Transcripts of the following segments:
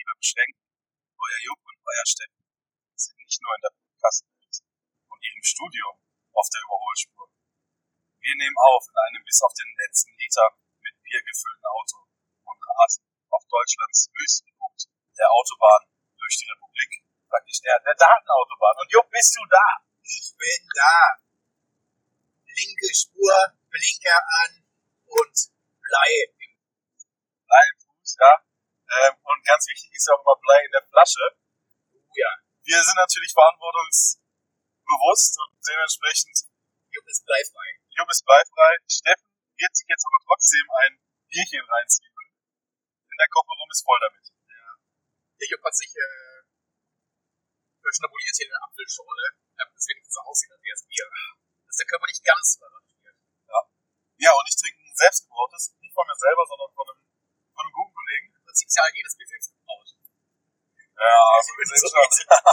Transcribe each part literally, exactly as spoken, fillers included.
Liebe beschränken. Euer Jupp und euer Steffen sind nicht nur in der Podcastwelt und ihrem Studium auf der Überholspur. Wir nehmen auf in einem bis auf den letzten Liter mit Bier gefüllten Auto und rasen auf Deutschlands höchsten Punkt der Autobahn durch die Republik, praktisch der, der Datenautobahn. Und Jupp, bist du da? Ich bin da. Linke Spur, Blinker an und Blei im Blei im Fuß, ja. Ähm, und ganz wichtig ist ja auch immer Blei in der Flasche. Oh ja. Wir sind natürlich verantwortungsbewusst und dementsprechend Jupp ist bleifrei. Jupp ist bleifrei. Steffen wird sich jetzt aber trotzdem ein Bierchen reinzwiebeln. In der Kofferraum ist voll damit. Ja. Der Jupp hat sich äh, schnabuliert hier in der Apfelschorle, damit es wenigstens so aussieht, als wäre es Bier. Dass der Körper nicht ganz verratiert. Ja. Ja, und ich trinke ein selbstgebrautes, nicht von mir selber, sondern von einem, von einem guten Kollegen. Im Prinzip ist ja jedes Bier selbst gebraut. Ja, also wir sind schon.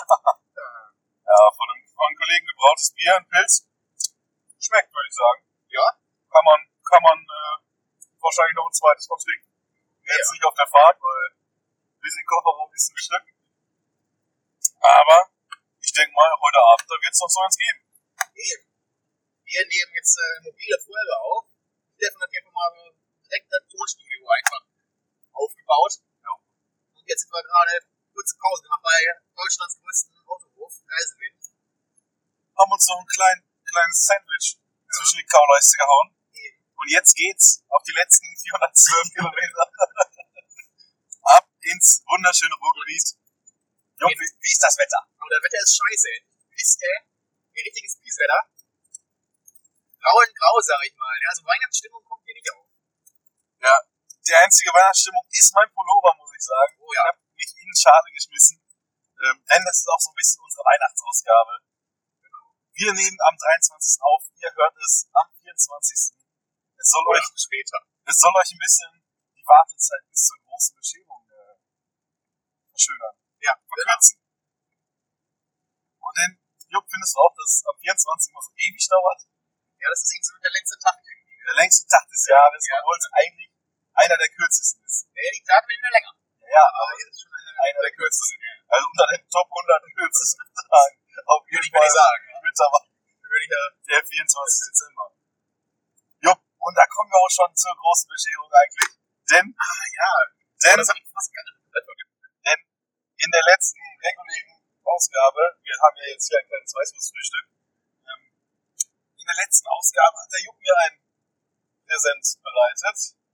Ja, von einem, von einem Kollegen gebrautes Bier, ein Pilz. Schmeckt, würde ich sagen. Ja. Kann man, kann man äh, wahrscheinlich noch ein zweites von trinken. Jetzt Ja. nicht auf der Fahrt, weil wir sind Kofferraum ein bisschen bestückt. Aber ich denke mal, heute Abend, da wird es noch so eins geben. Eben. Wir nehmen jetzt äh, mobile Folge auf. Steffen hat hier einfach mal direkt das Tonstudio einfach aufgebaut. Ja. Und jetzt sind wir gerade kurze Pause gemacht bei Deutschlands größten Autohof, Geiselwind. Haben uns noch ein klein, kleines Sandwich ja. zwischen die Kauleiste gehauen. Eben. Und jetzt geht's auf die letzten vierhundertzwölf Kilometer ab ins wunderschöne Ruhrgebiet. Jupp, wie, wie ist das Wetter? Aber das Wetter ist scheiße. Piste, ein richtiges Pisswetter. Grau und grau, sag ich mal. Ja, also Weihnachtsstimmung kommt hier nicht auf. Ja, die einzige Weihnachtsstimmung ist mein Pullover, muss ich sagen. Oh ja. Ich habe mich in Schale geschmissen. Ähm, denn das ist auch so ein bisschen unsere Weihnachtsausgabe. Genau. Wir nehmen am dreiundzwanzigsten auf. Ihr hört es am vierundzwanzigsten Es soll Oder euch später. Es soll euch ein bisschen die Wartezeit bis zur großen Bescherung äh, verschönern. Ja, verkürzen. Und denn, Jupp, findest du auch, dass es am vierundzwanzigsten immer so ewig dauert? Ja, das ist eben so der längste Tag irgendwie. Der längste Tag des Jahres, Ja. obwohl es eigentlich einer der kürzesten ist. Nee, die Tat wird immer länger. Ja, Aber aber hier ist schon eine, einer der kürzesten. Also unter den Top hundert kürzesten Tagen. Auf Würde jeden ich mal Fall sagen. mittlerweile Würde ich ja. der vierundzwanzigste Dezember. Jupp, und da kommen wir auch schon zur großen Bescherung eigentlich. Denn, Ah, ja. denn, Das habe ich fast gar nicht vergessen. denn in der letzten regulären Ausgabe, wir haben ja jetzt hier ein kleines Weißwurstfrühstück, ähm, in der letzten Ausgabe hat der Jupp mir ein Präsent bereitet.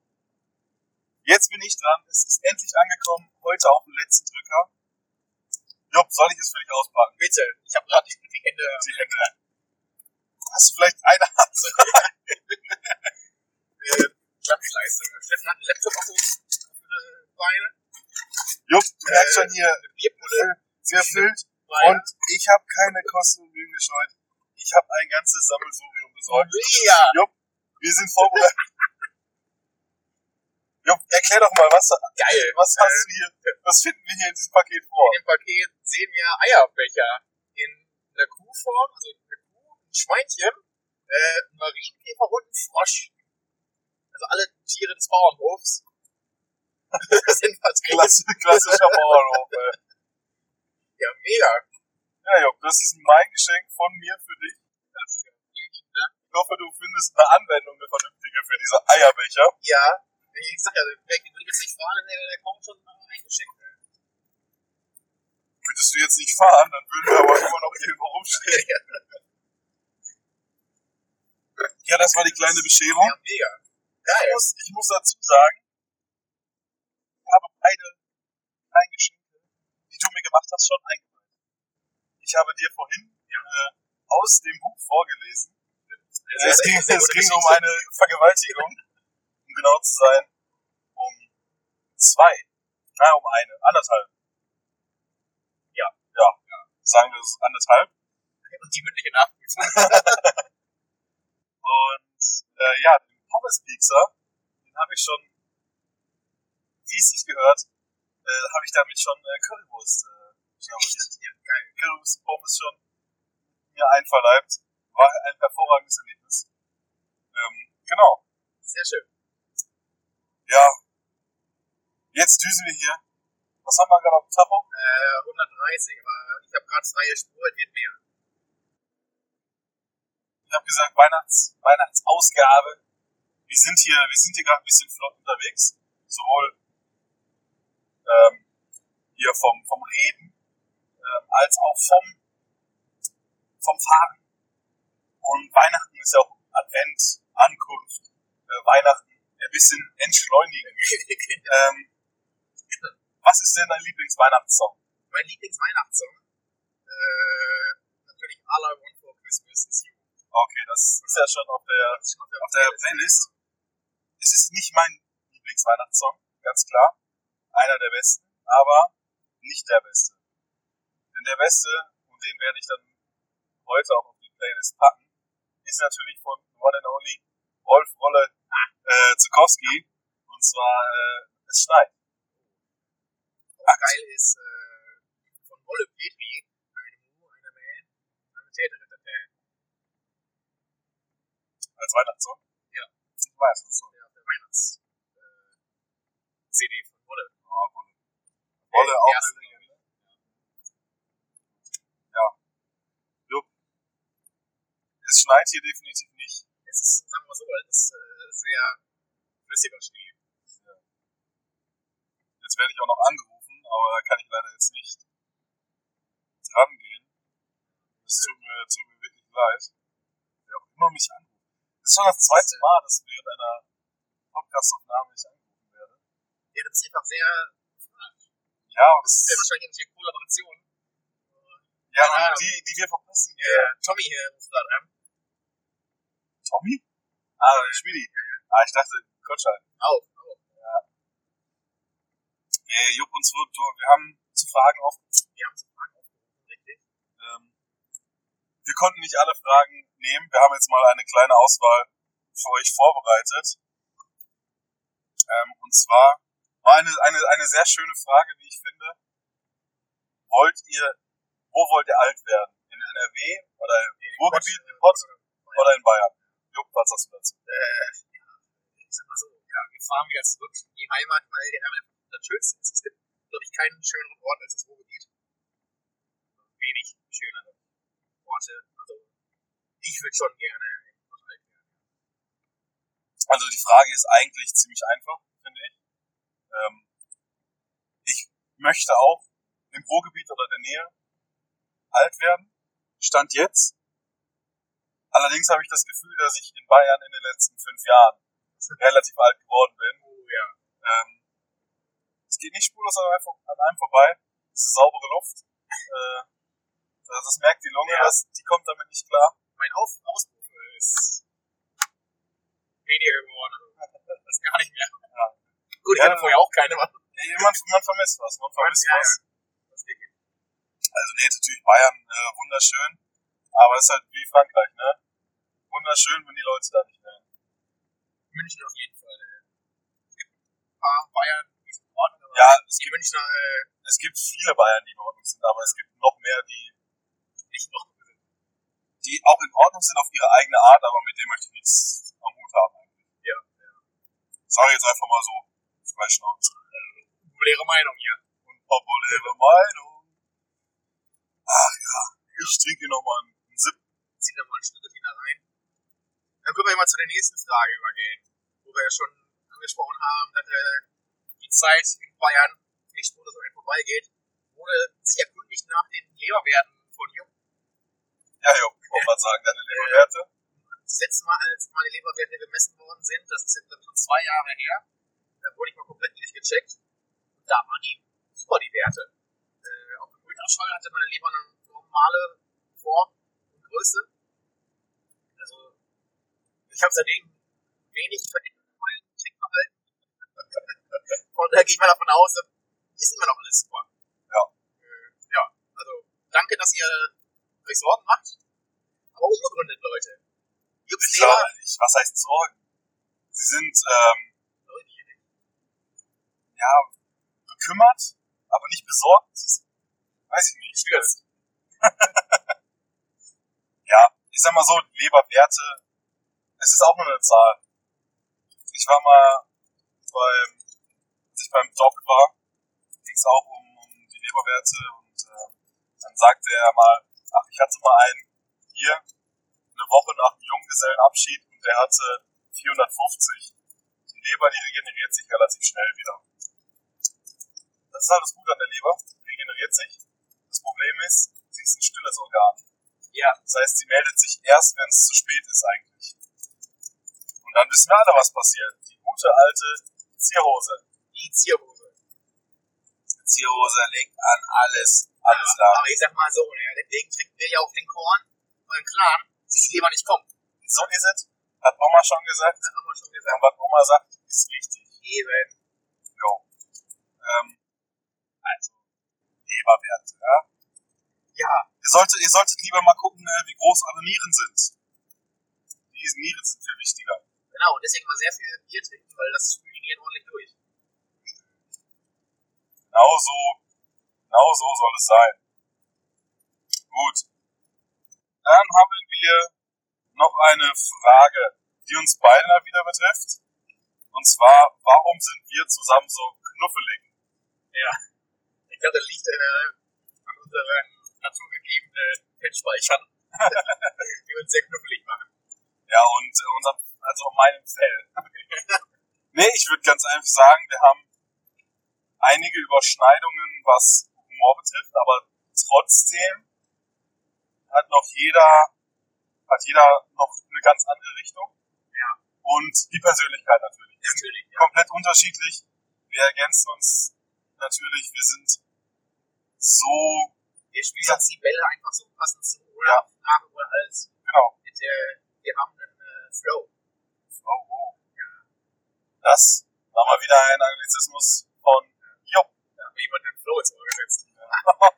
Jetzt bin ich dran, es ist endlich angekommen, heute auf den letzten Drücker. Jupp, soll ich es für dich auspacken? Bitte. Ich habe gerade die, die Hände. Die Hände. Hast du vielleicht eine Hand? äh, Klappschleiße. Steffen hat einen Laptop auf den Beine. Jupp, du merkst schon hier, Eine Bierpulle. gefüllt. Beine. Und ich habe keine Kosten und Mühen gescheut. Ich habe ein ganzes Sammelsurium besorgt. Mega. Jupp, wir sind vorbereitet. Jupp, erklär doch mal, was, Geil. was hast du hier, was finden wir hier in diesem Paket vor? In dem Paket sehen wir Eierbecher in einer Kuhform, also eine Kuh, ein Schweinchen, äh, ein Marienkäfer und ein Frosch. Also alle Tiere des Bauernhofs sind vertreten. Klasse, klassischer Bauernhof, ey. Ja, mega. Ja, Jupp, das ist mein Geschenk von mir für dich. Das ist ja vielen lieben Dank. Ich hoffe, du findest eine Anwendung, eine vernünftige für diese Eierbecher. Ja, ich sag ja, wer würde jetzt nicht fahren, der, der kommt schon mal eingeschenkt. Würdest du jetzt nicht fahren, dann würden wir aber immer noch irgendwo rumstehen. Ja, das war die kleine Bescherung. Ja, mega. Ich Geil. muss, ich muss dazu sagen, ich habe beide kleinen Geschenke, die du mir gemacht hast, schon eingeweiht. Ich habe dir vorhin äh, aus dem Buch vorgelesen. Sehr, Es sehr, ging, sehr es gute ging um Geschichte. eine Vergewaltigung, um genau zu sein, um zwei, nein, um eine, anderthalb. Ja, ja, ja. Sagen wir es anderthalb. Und die mündliche Nachprüfung. Und äh, ja, den Pommes-Piekser, den habe ich schon, wie es sich gehört, äh, habe ich damit schon äh, Currywurst äh, schnabuliert. Ja, geil. Currywurst und Pommes schon mir einverleibt. War ein hervorragendes Erlebnis. Ähm, genau. Sehr schön. Ja. Jetzt düsen wir hier Was haben wir gerade auf dem Tacho? Äh, hundertdreißig, aber ich habe gerade freie Spur, es wird mehr. Ich habe gesagt, Weihnachts, Weihnachtsausgabe. Wir sind hier, wir sind hier gerade ein bisschen flott unterwegs. Sowohl ähm, hier vom, vom Reden ähm, als auch vom, vom Fahren. Und Weihnachten ist ja auch Advent, Ankunft, äh, Weihnachten ein bisschen entschleunigen. ähm, was ist denn dein Lieblingsweihnachtssong? Mein Lieblingsweihnachtssong? Äh, natürlich All I Want for Christmas is You. Okay, das ist ja schon auf der, auf der Playlist. Es ist nicht mein Lieblingsweihnachtssong, ganz klar. Einer der besten, aber nicht der beste. Denn der beste, und den werde ich dann heute auch auf die Playlist packen, ist natürlich von One and Only Rolf Rolle äh, Zukowski. Und zwar äh, Es schneit. Auch geil ist äh, von Wolle Petri, eine Mu, eine Mäh, eine Täterin. Als Weihnachtssong? Ja. Weihnachtssong. Ja, der Weihnachts-C D äh, von Wolle. Oh, Wolle. Wolle auch eine Legende. Ja. Jupp. Es schneit hier definitiv nicht. Es ist, sagen wir mal so, es ist äh, sehr flüssiger Schnee. Ja. Jetzt werde ich auch noch angerufen, aber da kann ich leider jetzt nicht dran gehen. Es tut mir, tut mir wirklich leid. Wer auch immer mich anruft. Das ist schon das zweite Mal, dass während einer Podcast-Aufnahme ich angerufen werde. Ja, du bist einfach sehr gefragt. Ja, und das Das ist ja ist wahrscheinlich eine Kollaboration. ja, keine und Ahnung. die, die wir verpassen. Der Tommy hier ruft gerade an. Tommy? Ah, Schmidi. Ah, ich dachte, Gottschalk. Auf, auf. Nee, Jupp, uns wird, du, wir haben zu Fragen aufgerufen. Wir haben so Fragen aufgerufen, richtig? Ähm, wir konnten nicht alle Fragen nehmen. Wir haben jetzt mal eine kleine Auswahl für euch vorbereitet. Ähm, und zwar war eine, eine, eine sehr schöne Frage, wie ich finde. Wollt ihr, wo wollt ihr alt werden? In N R W oder im Ruhrgebiet, in Pott oder in Bayern? Jupp, was sagst du dazu? Äh, ja, ich sag mal so, ja, wir fahren wieder zurück in die Heimat, weil die Heimat das Schönste ist. Es gibt, glaube ich, keinen schöneren Ort als das Ruhrgebiet. Wenig schönere Orte. Also, ich würde schon gerne in Pott alt werden. Also die Frage ist eigentlich ziemlich einfach, finde ich. Ähm, ich möchte auch im Ruhrgebiet oder der Nähe alt werden. Stand jetzt. Allerdings habe ich das Gefühl, dass ich in Bayern in den letzten fünf Jahren relativ alt geworden bin. Oh ja. Ähm, es geht nicht spurlos an einem, an einem vorbei. Diese saubere Luft. Äh, das, das merkt die Lunge, Ja. das, die kommt damit nicht klar. Mein Auf Auspuff ist weniger geworden. Also, das ist gar nicht mehr. Ja. Gut, ich Ja, hatte vorher auch keine. Aber Nee, Man, man vermisst was. Man vermisst Ja, was. das ist wirklich. Also nee, natürlich Bayern äh, wunderschön. Aber es ist halt wie Frankreich, ne? Wunderschön, wenn die Leute da nicht wären. München auf jeden Fall. Äh. Es gibt ein paar Bayern, die sind in Ordnung, aber Ja, es die gibt, Münchner äh, es gibt viele Bayern, die in Ordnung sind, aber es gibt noch mehr, die, nicht noch. die auch in Ordnung sind auf ihre eigene Art, aber mit denen möchte ich nichts am Hut haben eigentlich. Ja, ja. Sag ich jetzt einfach mal so. Zwei Schnauze. Populäre Meinung hier. Unpopuläre Meinung. Ach ja, ich trinke noch mal einen Sip. Zieh da mal ein Stück wieder rein. Dann können wir ja mal zu der nächsten Frage übergehen, wo wir ja schon angesprochen haben, dass äh, die Zeit in Bayern nicht so so vorbeigeht, wurde sich erkundigt nach den Leberwerten von Jupp. Ja, jo, ich wollte mal sagen, deine Leberwerte. Das letzte Mal, als meine Leberwerte gemessen worden sind, das ist jetzt schon zwei Jahre her, da wurde ich mal komplett durchgecheckt und da waren die super, die Werte. Äh, auf dem Ultraschall hatte meine Leber eine normale Form und Größe. Also, ich habe seitdem wenig verändert in meinem Trinkverhalten. Und da gehe ich mal davon aus, ist immer noch alles super. Ja. Äh, ja, also danke, dass ihr euch Sorgen macht. Aber unbegründet, Leute. Jupps Ich, Leber. sag, ich, was heißt Sorgen? Sie sind, ähm, ja, bekümmert, aber nicht besorgt. Weiß ich nicht. Stürzt. Ja, ich sag mal so, Leberwerte, es ist auch nur eine Zahl. Ich war mal beim, als ich beim Doc war, ging es auch um Leberwerte und äh, dann sagte er mal, ach, ich hatte mal einen hier, eine Woche nach dem Junggesellenabschied und der hatte vierhundertfünfzig. Die Leber, die regeneriert sich relativ schnell wieder. Das ist halt das Gute an der Leber, die regeneriert sich. Das Problem ist, sie ist ein stilles Organ. Ja. Das heißt, sie meldet sich erst, wenn es zu spät ist eigentlich. Und dann wissen wir alle, was passiert. Die gute alte Zierhose. Die Zierhose. Die Zierhose legt an alles, alles ja, da. Aber ich sag mal so, ne, deswegen trinken wir ja auch den Korn, weil klar, sie die Leber nicht kommt. So ist es. Hat Oma schon gesagt. Das haben wir schon gesagt. Und was Oma sagt, ist richtig. Eben. Jo. Ähm, also, Leberwerte, ja. Ja. Ihr solltet, ihr solltet lieber mal gucken, wie groß eure Nieren sind. Diese Nieren sind viel wichtiger. Genau, und deswegen mal sehr viel Bier trinken, weil das spült die Nieren ordentlich durch. Genau so, genau so soll es sein. Gut. Dann haben wir noch eine Frage, die uns beide wieder betrifft. Und zwar, warum sind wir zusammen so knuffelig? Ja. Ich glaube, das liegt äh, an unseren naturgegebenen Fettspeichern, die uns sehr knuffelig machen. Ja, und äh, unser, also meinem Fell. Nee, ich würde ganz einfach sagen, wir haben einige Überschneidungen, was Humor betrifft, aber trotzdem hat noch jeder, hat jeder noch eine ganz andere Richtung. Ja. Und die Persönlichkeit natürlich. Natürlich, ja. Komplett unterschiedlich. Wir ergänzen uns natürlich, wir sind so... Wir spielen uns die Bälle einfach so passend zu, oder ja. Frage oder alles. Genau. Mit, äh, wir haben einen äh, Flow. Oh, oh. Ja. Das war mal wieder ein Anglizismus von Job. Ja, haben jemand den Flow ins Ohr gesetzt. Ja.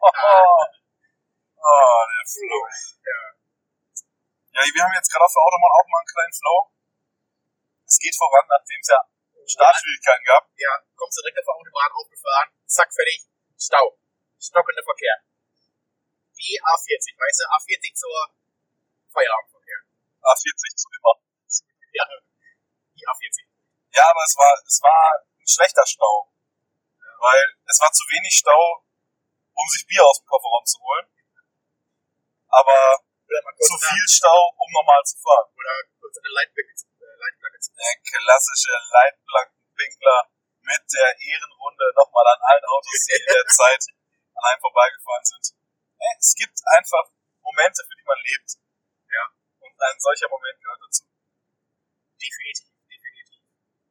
Oh, der Flow. Ja. Ja, wir haben jetzt gerade auf der Autobahn auch mal einen kleinen Flow. Es geht voran, nachdem es ja Startschwierigkeiten gab. Ja, kommst du direkt auf der Autobahn aufgefahren, zack, fertig, Stau. Stockender Verkehr. Wie A vierzig, weißt du, A vierzig zur Feierabendverkehr. A vierzig zu immer. Ja, die A vierzig. Ja, aber es war, es war ein schlechter Stau. Ja. Weil es war zu wenig Stau, um sich Bier aus dem Kofferraum zu holen. Aber zu viel Stau, um normal zu fahren. Oder kurz eine Leitplanke zu Leitplanke zu Der klassische Leitplankenpinkler mit der Ehrenrunde nochmal an allen Autos, die in der Zeit an einem vorbeigefahren sind. Es gibt einfach Momente, für die man lebt. Ja. Und ein solcher Moment gehört dazu. Definitiv, definitiv.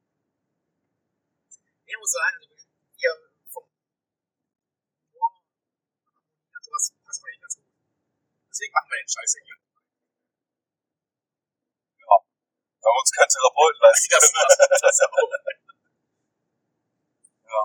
Ich muss sagen, hier vom Humor und sowas passt man nicht ganz gut. Deswegen machen wir den Scheiße hier. Ja. Weil wir uns keinen Therapeuten leisten können. Das, das, das auch. Ja.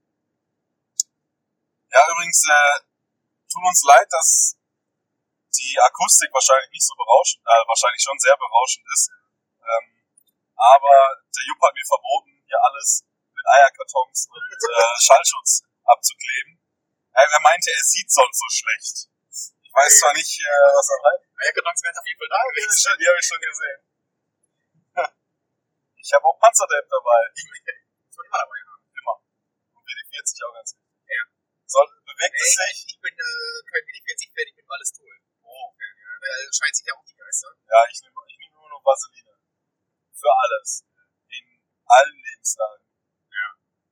Ja, übrigens, äh, tut uns leid, dass die Akustik wahrscheinlich nicht so berauschend, äh, wahrscheinlich schon sehr berauschend ist. Ähm, aber der Jupp hat mir verboten, hier alles mit Eierkartons und äh, Schallschutz abzukleben. Er, er meinte, er sieht sonst so schlecht. Ich weiß zwar nicht, äh, was er meint. Eierkartons werden auf jeden Fall da gewesen. Die habe ich schon gesehen. Ich habe auch Panzertape dabei. Ich will immer dabei haben. Immer. Und W D vierzig auch ganz gut. Ja. Soll, bewegt nee, es sich? Ich bin äh, kein W D vierzig fertig, ich bin alles Tool. Oh. Okay, ja. Da scheint sich ja auch die Geister. Ja, ich nehme ich nehm nur noch Vaseline. Für alles. In allen Lebenslagen. Ja.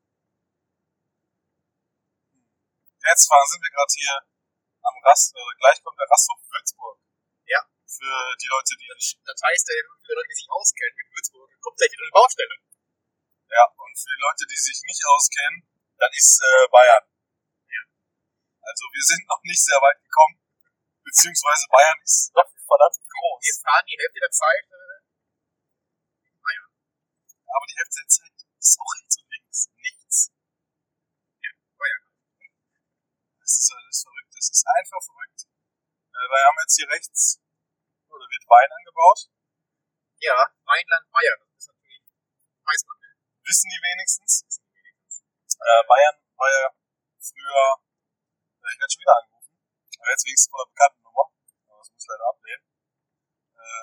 Jetzt fahren, sind wir gerade hier am Rast, oder gleich kommt der Rasthof Würzburg. Ja. Für die Leute, die nicht. Das heißt, äh, für Leute, die sich auskennen mit Würzburg, kommt gleich wieder eine Baustelle. Ja, und für die Leute, die sich nicht auskennen, dann ist äh, Bayern. Ja. Also wir sind noch nicht sehr weit gekommen. Beziehungsweise Bayern ist doch verdammt groß. Wir fahren die Hälfte der Zeit äh, in Bayern. Aber die Hälfte der Zeit ist auch rechts und links nichts. Ja, Bayern. Das ist, das ist verrückt. Das ist einfach verrückt. Äh, wir haben jetzt hier rechts, oder wird Wein angebaut? Ja, Rheinland, Bayern. Das ist natürlich, weiß man, ne? Wissen die wenigstens? Wissen die wenigstens. Äh, Bayern war ja früher, äh, ich werde schon wieder angerufen, aber jetzt wenigstens von der bekannten Nummer, aber das muss ich leider ablehnen. Äh,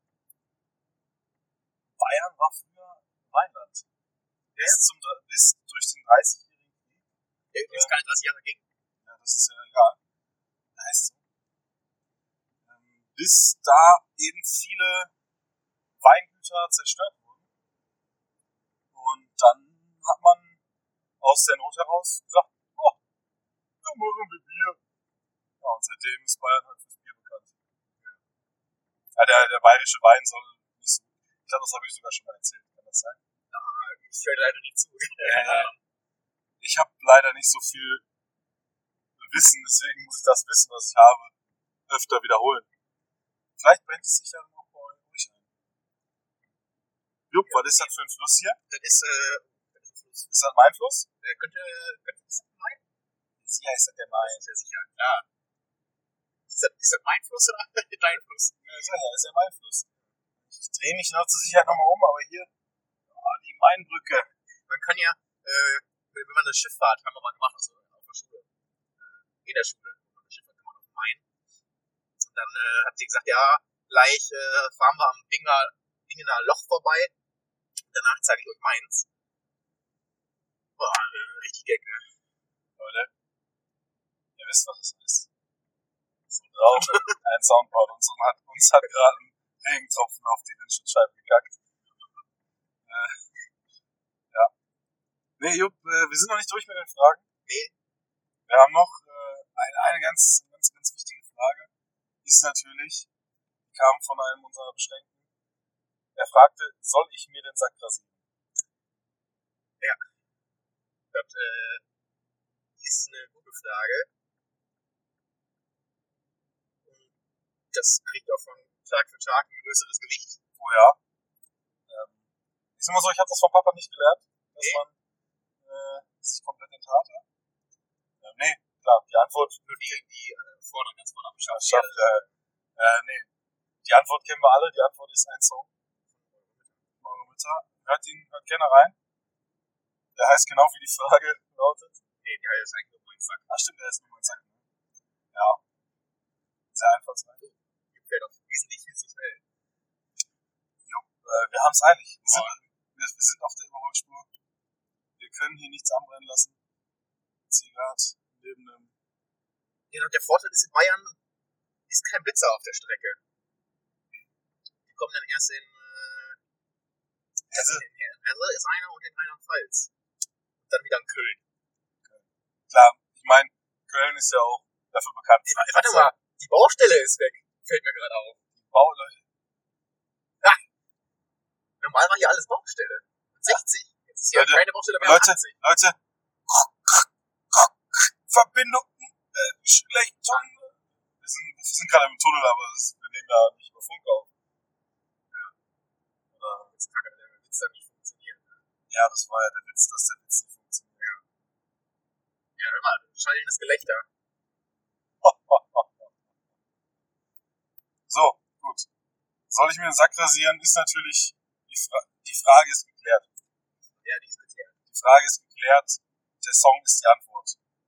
Bayern war früher Rheinland. Ja. Bis, zum, bis durch den dreißigjährigen Krieg. Der übrigens keine dreißig Jahre ging. Ja, das ist ja egal. Das heißt so. Ähm, bis da eben viele Weingüter zerstört wurden. Und dann hat man aus der Not heraus gesagt, oh, da machen wir Bier. Ja, und seitdem ist Bayern halt fürs Bier bekannt. Ja, der, der bayerische Wein soll nicht so, ich glaube, das habe ich sogar schon mal erzählt, kann das sein? Ich höre leider nicht zu. Äh, ich habe leider nicht so viel Wissen, deswegen muss ich das Wissen, was ich habe, öfter wiederholen. Vielleicht brennt es sich ja noch bei euch ein. Jupp, ja, was ist das für ein Fluss hier? Das ist, äh, das ist, Fluss. Ist das mein Fluss? Äh, könnte, könnte das mein? Ja, ist das der mein. Ist ja sicher, klar. Ist das, ist das mein Fluss oder dein Fluss? Ja, ist ja, ist ja mein Fluss. Ich drehe mich noch zur Sicherheit nochmal um, aber hier, oh, die Mainbrücke. Man kann ja, äh, wenn man eine Schifffahrt, haben wir mal gemacht, also auf der Schule, äh, in der Schule, wenn man eine Schifffahrt gemacht auf dem Main. Und dann äh, hat sie gesagt, ja, gleich äh, fahren wir am Dinger, Dingener Loch vorbei. Und danach zeige ich euch meins. Boah, äh, richtig Gag, ne? Leute, ihr wisst, was das ist. Wir sind draußen, ein Soundboard und so hat, uns hat gerade ein Regentropfen auf die Windschutzscheibe gekackt. Äh, ja. Nee, Jupp, äh, wir sind noch nicht durch mit den Fragen. Nee. Wir haben noch äh, eine, eine ganz, ganz, ganz wichtige Frage. Ist natürlich, die kam von einem unserer Beschränkten. Er fragte, soll ich mir den Sack rasieren? Ja. Das äh, ist eine gute Frage. Und das kriegt auch von Tag für Tag ein größeres Gewicht. Oh ja. Ähm, ich sag mal so, ich habe das von Papa nicht gelernt, dass nee. man äh, sich komplett enttat hat. Ähm, nee, klar, die Antwort... Nur die, die äh, vorne, ganz vorne am Schaft. Schafft, äh, äh, nee. Die Antwort kennen wir alle, die Antwort ist ein Song. Eure Mütter. Hört ihn, hört gerne rein. Der heißt genau wie die Frage lautet. Nee, die heißt eigentlich nur mein Sack. Ach stimmt, der ist nur mein Sack. Ja. Sehr einfallsreich. Jupp wäre doch wesentlich viel zu schnell. Jupp, äh, wir haben es eilig. Wir sind, wir, wir sind auf der Überholspur. Wir können hier nichts anbrennen lassen. Jetzt hier gerade neben einem... Ja, der Vorteil ist, in Bayern ist kein Blitzer auf der Strecke. Die kommen dann erst in... Äh, Hesse. In Hesse ist einer und in Rheinland-Pfalz. Und dann wieder in Köln. Klar, ich meine, Köln ist ja auch dafür bekannt. Hey, warte mal, die Baustelle ist weg. Fällt mir gerade auf. Die Bauleute. Ja. Normal war hier alles Baustelle. sechzig. Jetzt ist hier Leute, keine Baustelle mehr. Leute, achtzig. Leute. Verbindung äh, schlecht. Wir sind, wir sind gerade im Tunnel, aber das, wir nehmen da nicht über Funk auf. Ja. Oder jetzt kann der Witz da nicht funktionieren. Ja, das war ja der Witz, dass der Witz nicht funktioniert. Ja, ja hör mal, schallendes Gelächter. So, gut. Soll ich mir den Sack rasieren, ist natürlich, die, Fra- die Frage ist geklärt. Ja, die ist geklärt. Die Frage ist geklärt, der Song ist die Antwort.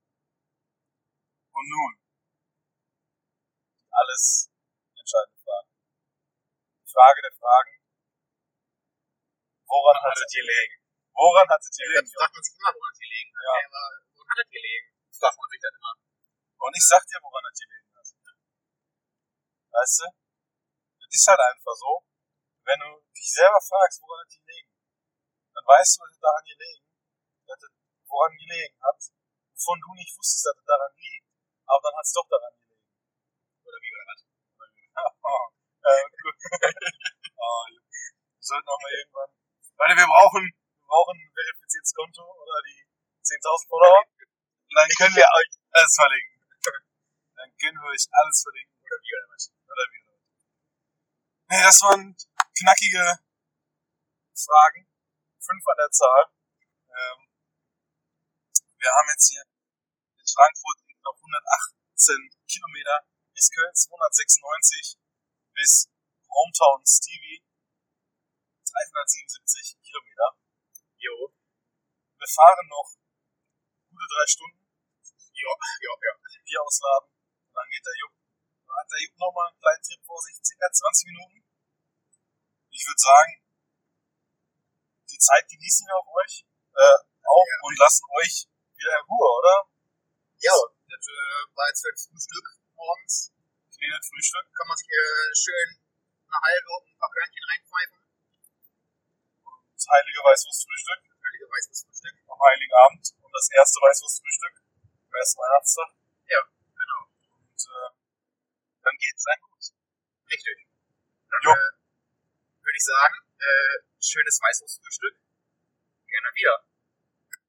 Und nun, die alles entscheidende Frage. Die Frage der Fragen, woran hattet ihr gelegen? Woran hattet ihr Ja, gelegen? das fragt man sich immer, woran es gelegen hat. Ja. Ja, aber woran hat es gelegen? Das fragt man sich dann immer. Und ich sag dir, woran das gelegen hat. Weißt du? Das ist halt einfach so, wenn du dich selber fragst, woran das gelegen, dann weißt du, dass es daran gelegen, dass es woran gelegen hat, wovon du nicht wusstest, dass es daran liegt, aber dann hat es doch daran gelegen. Oder wie, oder was? oh, äh, gut. oh, wir sollten auch mal irgendwann, Leute, wir brauchen, wir brauchen ein verifiziertes Konto oder die zehntausend Follower. Und dann können wir euch alles verlinken. Dann können wir euch alles verlinken. Oder wie, oder was? Oder wie. Nee, das waren knackige Fragen. Fünf an der Zahl. Ähm, wir haben jetzt hier in Frankfurt noch hundertachtzehn Kilometer bis Köln, zweihundertsechsundneunzig bis Hometown Stevie, dreihundertsiebenundsiebzig Kilometer. Jo. Wir fahren noch gute drei Stunden. Ja, ja, ja. Bier ausladen. Und dann geht der Jupp. Dann hat der Jupp nochmal einen kleinen Trip vor sich, circa zwanzig Minuten. Ich würde sagen, die Zeit genießen wir auf euch äh, auch ja. Und lassen euch wieder in Ruhe, oder? Ja, das äh, als für ein Frühstück morgens. Kleines Frühstück. Kann man sich äh, schön eine halbe und ein paar Körnchen reinpfeifen. Das heilige Weißwurstfrühstück. Heilige Weißwurstfrühstück. Am Heiligen Abend. Und das erste Weißwurstfrühstück. Am ersten Weihnachtstag. Ja, genau. Und äh, dann geht's einem gut. Richtig. Dann äh, würde ich sagen, äh, schönes Weißwurstfrühstück. Gerne wieder.